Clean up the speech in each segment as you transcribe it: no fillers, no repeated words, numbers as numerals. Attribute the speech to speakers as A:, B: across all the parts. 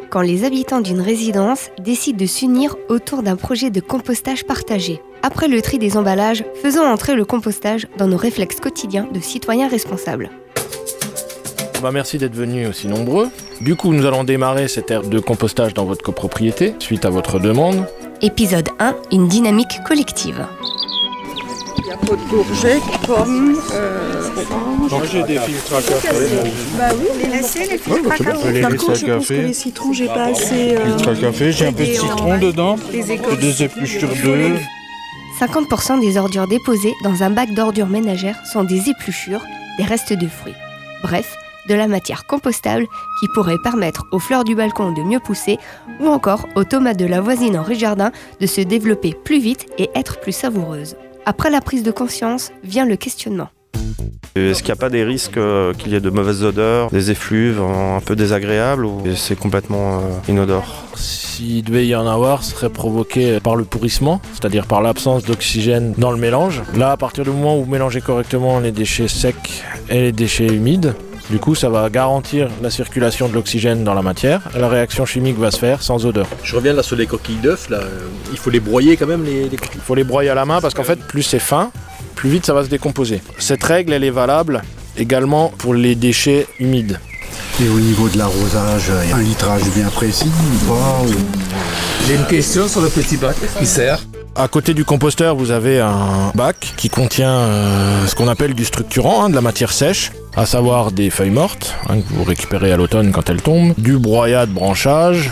A: quand les habitants d'une résidence décident de s'unir autour d'un projet de compostage partagé. Après le tri des emballages, faisons entrer le compostage dans nos réflexes quotidiens de citoyens responsables.
B: Merci d'être venus aussi nombreux. Du coup, nous allons démarrer cette ère de compostage dans votre copropriété, suite à votre demande.
A: Épisode 1, une dynamique collective.
C: Il y a pas de courgettes, pommes, oranges.
B: J'ai des filtres à café.
C: Bah oui, les laisser, les filtres à café. Par contre, je pense que les citrons, j'ai pas assez.
D: Filtre à café, j'ai un peu de citron dedans, des épluchures d'œufs.
A: 50% des ordures déposées dans un bac d'ordures ménagères sont des épluchures, des restes de fruits. Bref, de la matière compostable qui pourrait permettre aux fleurs du balcon de mieux pousser ou encore aux tomates de la voisine en rez-jardin de se développer plus vite et être plus savoureuses. Après la prise de conscience, vient le questionnement.
E: Est-ce qu'il n'y a pas des risques qu'il y ait de mauvaises odeurs, des effluves un peu désagréables ou c'est complètement inodore ?
B: S'il devait y en avoir, ce serait provoqué par le pourrissement, c'est-à-dire par l'absence d'oxygène dans le mélange. Là, à partir du moment où vous mélangez correctement les déchets secs et les déchets humides, du coup, ça va garantir la circulation de l'oxygène dans la matière. La réaction chimique va se faire sans odeur.
F: Je reviens là sur les coquilles d'œufs. Là. Il faut les broyer quand même, les coquilles.
B: Il faut les broyer à la main parce qu'en fait, plus c'est fin, plus vite ça va se décomposer. Cette règle, elle est valable également pour les déchets humides.
D: Et au niveau de l'arrosage, il y a un litrage bien précis ou pas
G: J'ai une question sur le petit bac qui sert.
B: À côté du composteur, vous avez un bac qui contient ce qu'on appelle du structurant, de la matière sèche, à savoir des feuilles mortes, que vous récupérez à l'automne quand elles tombent, du broyat de branchage.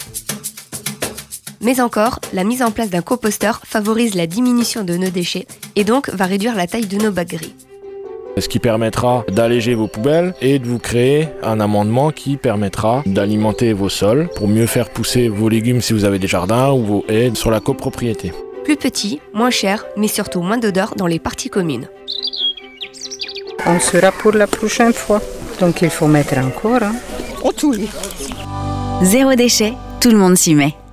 A: Mais encore, la mise en place d'un composteur favorise la diminution de nos déchets et donc va réduire la taille de nos bacs gris.
B: Ce qui permettra d'alléger vos poubelles et de vous créer un amendement qui permettra d'alimenter vos sols pour mieux faire pousser vos légumes si vous avez des jardins ou vos haies sur la copropriété.
A: Plus petit, moins cher, mais surtout moins d'odeur dans les parties communes.
C: On sera pour la prochaine fois. Donc il faut mettre encore.
H: Zéro déchet, tout le monde s'y met.